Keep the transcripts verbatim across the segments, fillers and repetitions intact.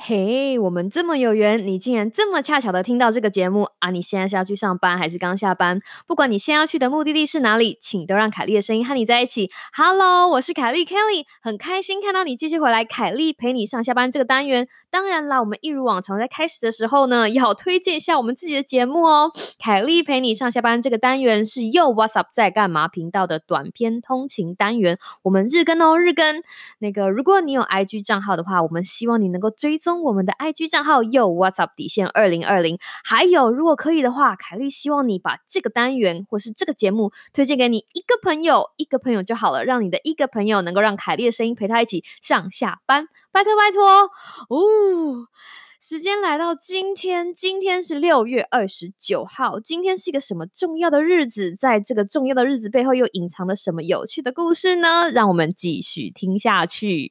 嘿，我们这么有缘，你竟然这么恰巧的听到这个节目啊！你现在是要去上班还是刚下班？不管你现在要去的目的地是哪里，请都让凯莉的声音和你在一起。Hello， 我是凯莉 Kelly， 很开心看到你继续回来凯莉陪你上下班这个单元。当然啦，我们一如往常在开始的时候呢，要推荐一下我们自己的节目哦。凯莉陪你上下班这个单元是又 What's Up 在干嘛频道的短篇通勤单元，我们日更哦，日更。那个如果你有 I G 账号的话，我们希望你能够追踪我们的 I G 账号又 What's Up 底线二零二零。还有如果可以的话，凯莉希望你把这个单元或是这个节目推荐给你一个朋友，一个朋友就好了，让你的一个朋友能够让凯莉的声音陪他一起上下班，拜托拜托哦。时间来到今天，今天是六月二十九号，今天是一个什么重要的日子？在这个重要的日子背后又隐藏了什么有趣的故事呢？让我们继续听下去。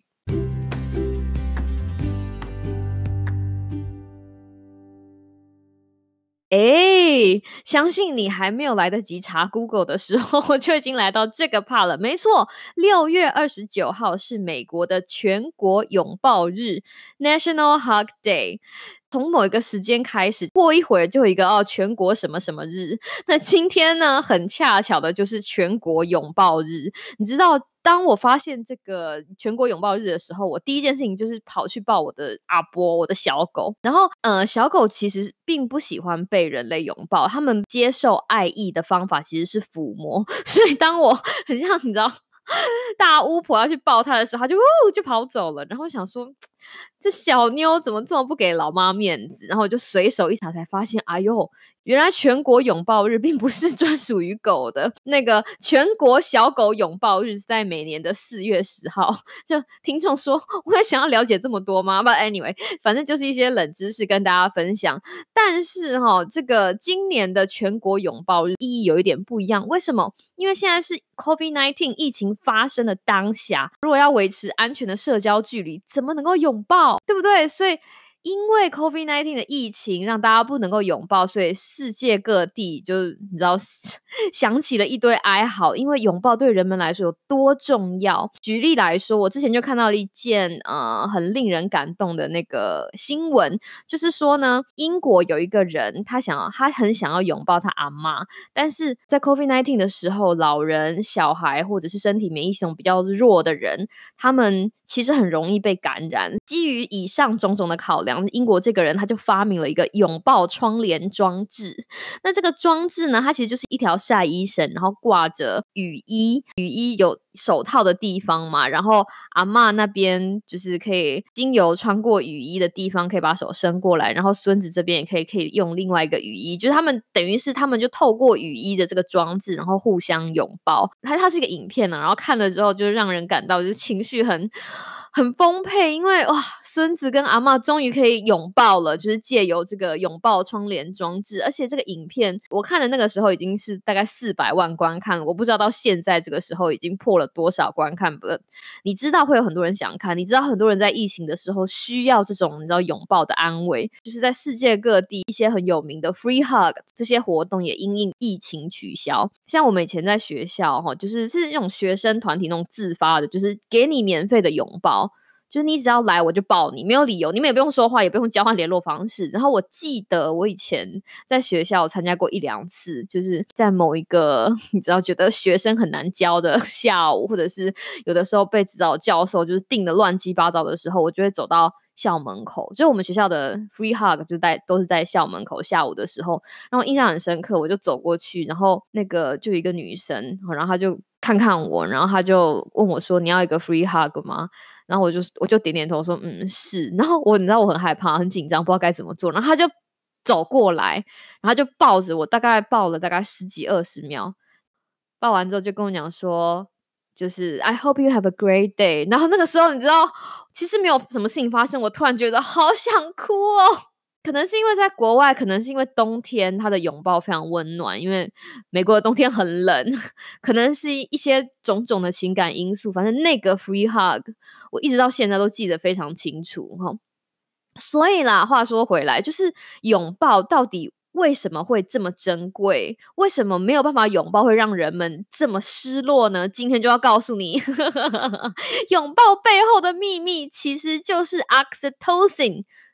诶，相信你还没有来得及查 Google 的时候，我就已经来到这个 part 了。没错，六月二十九号是美国的全国拥抱日 National Hug Day。从某一个时间开始，过一会儿就有一个哦全国什么什么日。那今天呢，很恰巧的就是全国拥抱日。你知道，当我发现这个全国拥抱日的时候，我第一件事情就是跑去抱我的阿波，我的小狗。然后，呃，小狗其实并不喜欢被人类拥抱，他们接受爱意的方法其实是抚摸。所以，当我很像你知道大巫婆要去抱它的时候，它就呜就跑走了。然后想说，这小妞怎么这么不给老妈面子？然后我就随手一查，才发现，哎呦，原来全国拥抱日并不是专属于狗的。那个全国小狗拥抱日是在每年的四月十号。就听众说，我也想要了解这么多吗？ But anyway， 反正就是一些冷知识跟大家分享。但是哈、哦，这个今年的全国拥抱日意义有一点不一样。为什么？因为现在是 COVID 十九 疫情发生的当下，如果要维持安全的社交距离，怎么能够拥抱，对不对？所以因为 COVID 十九 的疫情让大家不能够拥抱，所以世界各地就是你知道响起了一堆哀嚎，因为拥抱对人们来说有多重要。举例来说，我之前就看到了一件呃很令人感动的那个新闻，就是说呢，英国有一个人，他想要他很想要拥抱他阿嬷，但是在 COVID 十九 的时候，老人、小孩或者是身体免疫系统比较弱的人，他们其实很容易被感染。基于以上种种的考量，英国这个人他就发明了一个拥抱窗帘装置。那这个装置呢，它其实就是一条晒衣绳，然后挂着雨衣，雨衣有手套的地方嘛，然后阿嬷那边就是可以经由穿过雨衣的地方可以把手伸过来，然后孙子这边也可以可以用另外一个雨衣，就是他们等于是他们就透过雨衣的这个装置，然后互相拥抱。它它是一个影片呢、啊，然后看了之后就让人感到就是情绪很很丰沛，因为哇，孙子跟阿嬷终于可以拥抱了，就是借由这个拥抱窗帘装置。而且这个影片我看的那个时候已经是大概四百万观看了，我不知道到现在这个时候已经破了多少观看不？你知道会有很多人想看，你知道很多人在疫情的时候需要这种你知道拥抱的安慰，就是在世界各地一些很有名的 free hug 这些活动也因应疫情取消。像我们以前在学校就是是那种学生团体那种自发的，就是给你免费的拥抱，就是你只要来我就抱你，没有理由，你们也不用说话，也不用交换联络方式。然后我记得我以前在学校参加过一两次，就是在某一个你知道觉得学生很难教的下午，或者是有的时候被指导教授就是定的乱七八糟的时候，我就会走到校门口，就是我们学校的 free hug 就在都是在校门口，下午的时候，然后印象很深刻，我就走过去，然后那个就有一个女生，然后她就看看我，然后她就问我说你要一个 free hug 吗？然后我就我就点点头说嗯是，然后我你知道我很害怕很紧张不知道该怎么做，然后他就走过来，然后就抱着我，大概抱了大概十几二十秒，抱完之后就跟我讲说就是 I hope you have a great day。 然后那个时候你知道其实没有什么事情发生，我突然觉得好想哭哦。可能是因为在国外，可能是因为冬天它的拥抱非常温暖，因为美国的冬天很冷，可能是一些种种的情感因素，反正那个 free hug 我一直到现在都记得非常清楚。所以啦，话说回来，就是拥抱到底为什么会这么珍贵？为什么没有办法拥抱会让人们这么失落呢？今天就要告诉你拥抱背后的秘密其实就是 oxytocin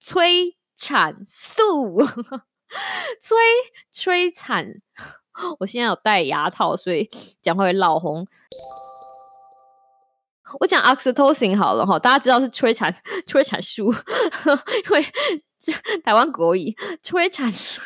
催产素催催产我现在有戴牙套，所以讲话会闹红。我讲 oxytocin 好了，大家知道是催产催产素因为台湾国语催产素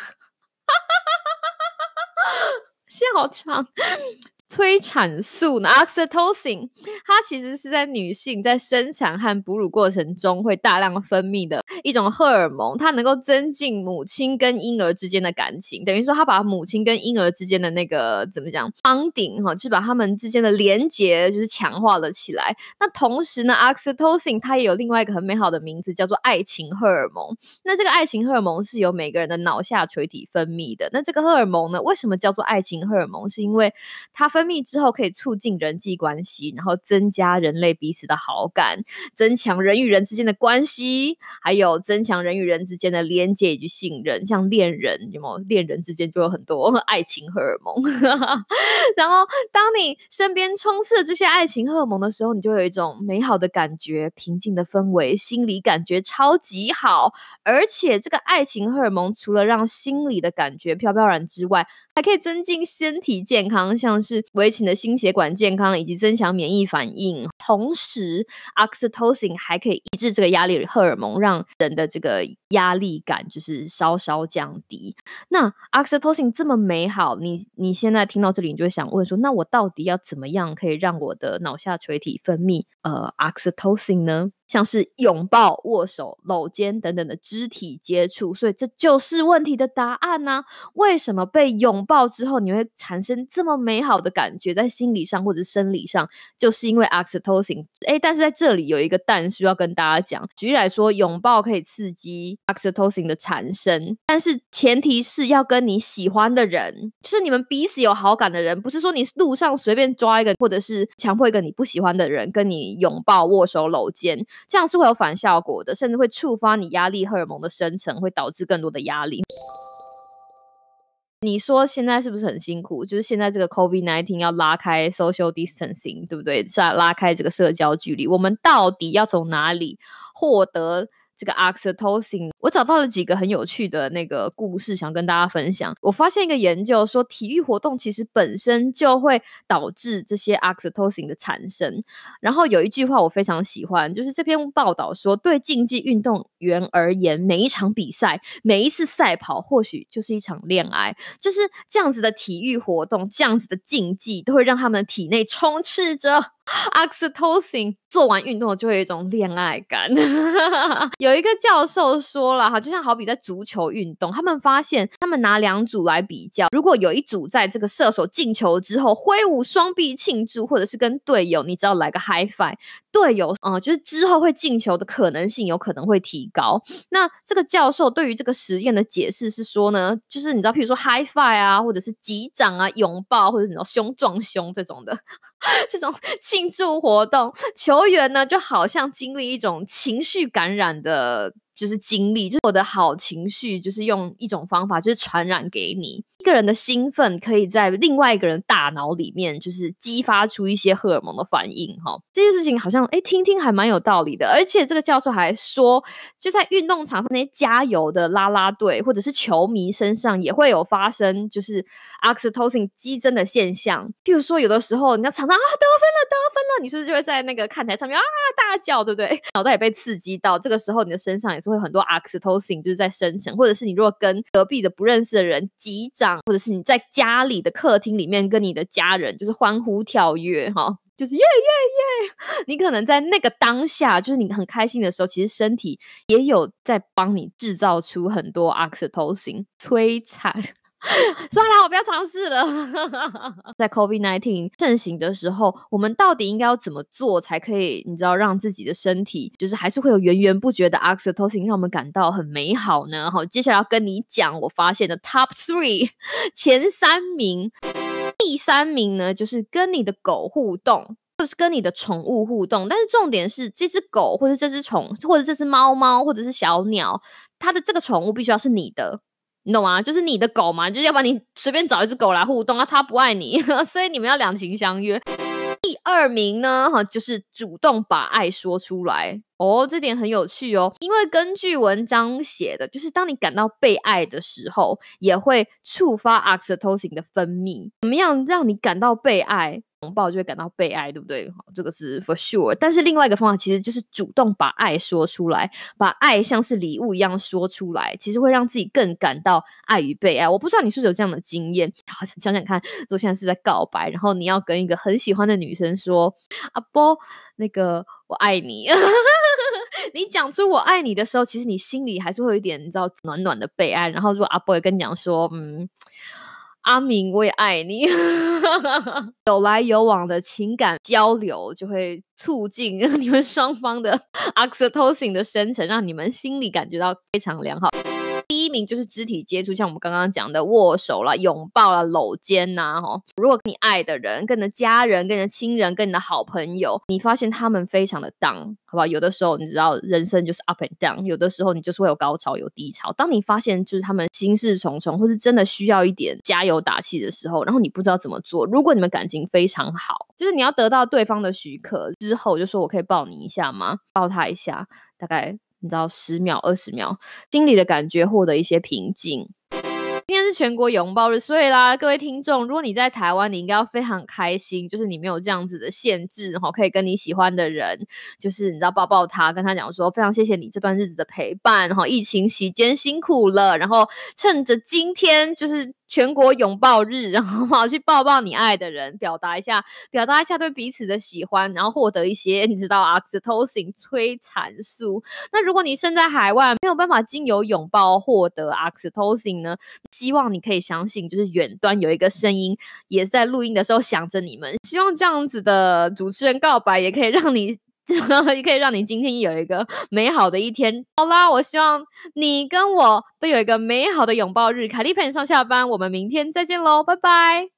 现在好长催产素呢 oxytocin 它其实是在女性在生产和哺乳过程中会大量分泌的一种荷尔蒙，它能够增进母亲跟婴儿之间的感情，等于说它把母亲跟婴儿之间的那个怎么讲 bonding 就是把他们之间的连结就是强化了起来。那同时呢 oxytocin 它也有另外一个很美好的名字叫做爱情荷尔蒙，那这个爱情荷尔蒙是由每个人的脑下垂体分泌的。那这个荷尔蒙呢为什么叫做爱情荷尔蒙，是因为它分泌之后可以促进人际关系，然后增加人类彼此的好感，增强人与人之间的关系，还有增强人与人之间的连接以及信任。像恋人有没有恋人之间就有很多爱情荷尔蒙然后当你身边充斥这些爱情荷尔蒙的时候，你就有一种美好的感觉，平静的氛围，心理感觉超级好。而且这个爱情荷尔蒙除了让心理的感觉飘飘然之外，还可以增进身体健康，像是维持你的心血管健康以及增强免疫反应。同时 oxytocin 还可以抑制这个压力荷尔蒙，让人的这个压力感就是稍稍降低。那 oxytocin 这么美好，你你现在听到这里你就会想问说，那我到底要怎么样可以让我的脑下垂体分泌呃 oxytocin 呢？像是拥抱、握手、搂肩等等的肢体接触，所以这就是问题的答案啊。为什么被拥抱之后你会产生这么美好的感觉，在心理上或者生理上，就是因为 oxytocin。诶，但是在这里有一个但需要跟大家讲，举例来说，拥抱可以刺激 oxytocin 的产生，但是前提是要跟你喜欢的人，就是你们彼此有好感的人，不是说你路上随便抓一个，或者是强迫一个你不喜欢的人跟你拥抱、握手、搂肩，这样是会有反效果的，甚至会触发你压力荷尔蒙的生成，会导致更多的压力。你说现在是不是很辛苦？就是现在这个 COVID 十九 要拉开 social distancing， 对不对？是拉开这个社交距离，我们到底要从哪里获得这个 oxytocin？ 我找到了几个很有趣的那个故事想跟大家分享。我发现一个研究说，体育活动其实本身就会导致这些 oxytocin 的产生。然后有一句话我非常喜欢，就是这篇报道说，对竞技运动员而言，每一场比赛，每一次赛跑或许就是一场恋爱。就是这样子的体育活动，这样子的竞技都会让他们体内充斥着oxytocin， 做完运动就会有一种恋爱感有一个教授说了，就像好比在足球运动，他们发现他们拿两组来比较，如果有一组在这个射手进球之后挥舞双臂庆祝，或者是跟队友你知道来个 high five， 队友、呃、就是之后会进球的可能性有可能会提高。那这个教授对于这个实验的解释是说呢，就是你知道譬如说 high five 啊，或者是击掌啊、拥抱，或者是你知道胸撞胸这种的这种庆祝活动，球员呢就好像经历一种情绪感染的就是经历，就是我的好情绪就是用一种方法就是传染给你。一个人的兴奋可以在另外一个人大脑里面就是激发出一些荷尔蒙的反应齁，这件事情好像诶听听还蛮有道理的。而且这个教授还说，就在运动场上那些加油的啦啦队或者是球迷身上也会有发生就是 oxytocin 激增的现象。譬如说有的时候你要场上啊得分了得分了，你是不是就会在那个看台上面啊大叫，对不对？脑袋也被刺激到，这个时候你的身上也是会很多 oxytocin 就是在生成。或者是你如果跟隔壁的不认识的人击掌，或者是你在家里的客厅里面跟你的家人就是欢呼跳跃齁，就是耶耶耶，你可能在那个当下就是你很开心的时候，其实身体也有在帮你制造出很多 oxytocin 催产算了我不要尝试了在 COVID 十九 盛行的时候，我们到底应该要怎么做才可以你知道让自己的身体就是还是会有源源不绝的 oxytocin 让我们感到很美好呢？好，接下来要跟你讲我发现的 top three 前三名。第三名呢就是跟你的狗互动，或者是跟你的宠物互动，但是重点是这只狗或者这只宠或者这只猫猫或者是小鸟，它的这个宠物必须要是你的，你懂吗？就是你的狗嘛，就是要不然你随便找一只狗来互动啊，它不爱你所以你们要两情相悦。 第二名呢，哈，就是主动把爱说出来。哦，这点很有趣哦，因为根据文章写的，就是当你感到被爱的时候，也会触发 oxytocin 的分泌。怎么样让你感到被爱？拥抱就会感到被爱，对不对？好，这个是 for sure。但是另外一个方法其实就是主动把爱说出来，把爱像是礼物一样说出来，其实会让自己更感到爱与被爱。我不知道你是不是有这样的经验？好，想想看，如果现在是在告白，然后你要跟一个很喜欢的女生说：“阿波，那个我爱你。”你讲出我爱你的时候，其实你心里还是会有一点你知道暖暖的被爱。然后如果阿波也跟你讲说，嗯，阿明我也爱你，有来有往的情感交流就会促进你们双方的 oxytocin 的生成，让你们心里感觉到非常良好。第一名就是肢体接触，像我们刚刚讲的握手啦、拥抱啦、搂肩呐、啊。如果你爱的人、跟你的家人、跟你的亲人、跟你的好朋友，你发现他们非常的 down， 好不好？有的时候你知道人生就是 up and down， 有的时候你就是会有高潮有低潮。当你发现就是他们心事重重，或是真的需要一点加油打气的时候，然后你不知道怎么做，如果你们感情非常好，就是你要得到对方的许可之后，就说我可以抱你一下吗？抱他一下，大概你知道十秒二十秒，心里的感觉获得一些平静。今天是全国拥抱日，所以啦，各位听众，如果你在台湾，你应该要非常开心，就是你没有这样子的限制，可以跟你喜欢的人，就是你知道抱抱他，跟他讲说非常谢谢你这段日子的陪伴，疫情期间辛苦了，然后趁着今天就是全国拥抱日，然后去抱抱你爱的人，表达一下表达一下对彼此的喜欢，然后获得一些你知道 oxytocin 催产素。那如果你身在海外没有办法经由拥抱获得 oxytocin 呢，希望你可以相信就是远端有一个声音也在录音的时候想着你们，希望这样子的主持人告白也可以让你也可以让你今天有一个美好的一天。好啦，我希望你跟我都有一个美好的拥抱日。凯莉陪你上下班，我们明天再见咯，拜拜。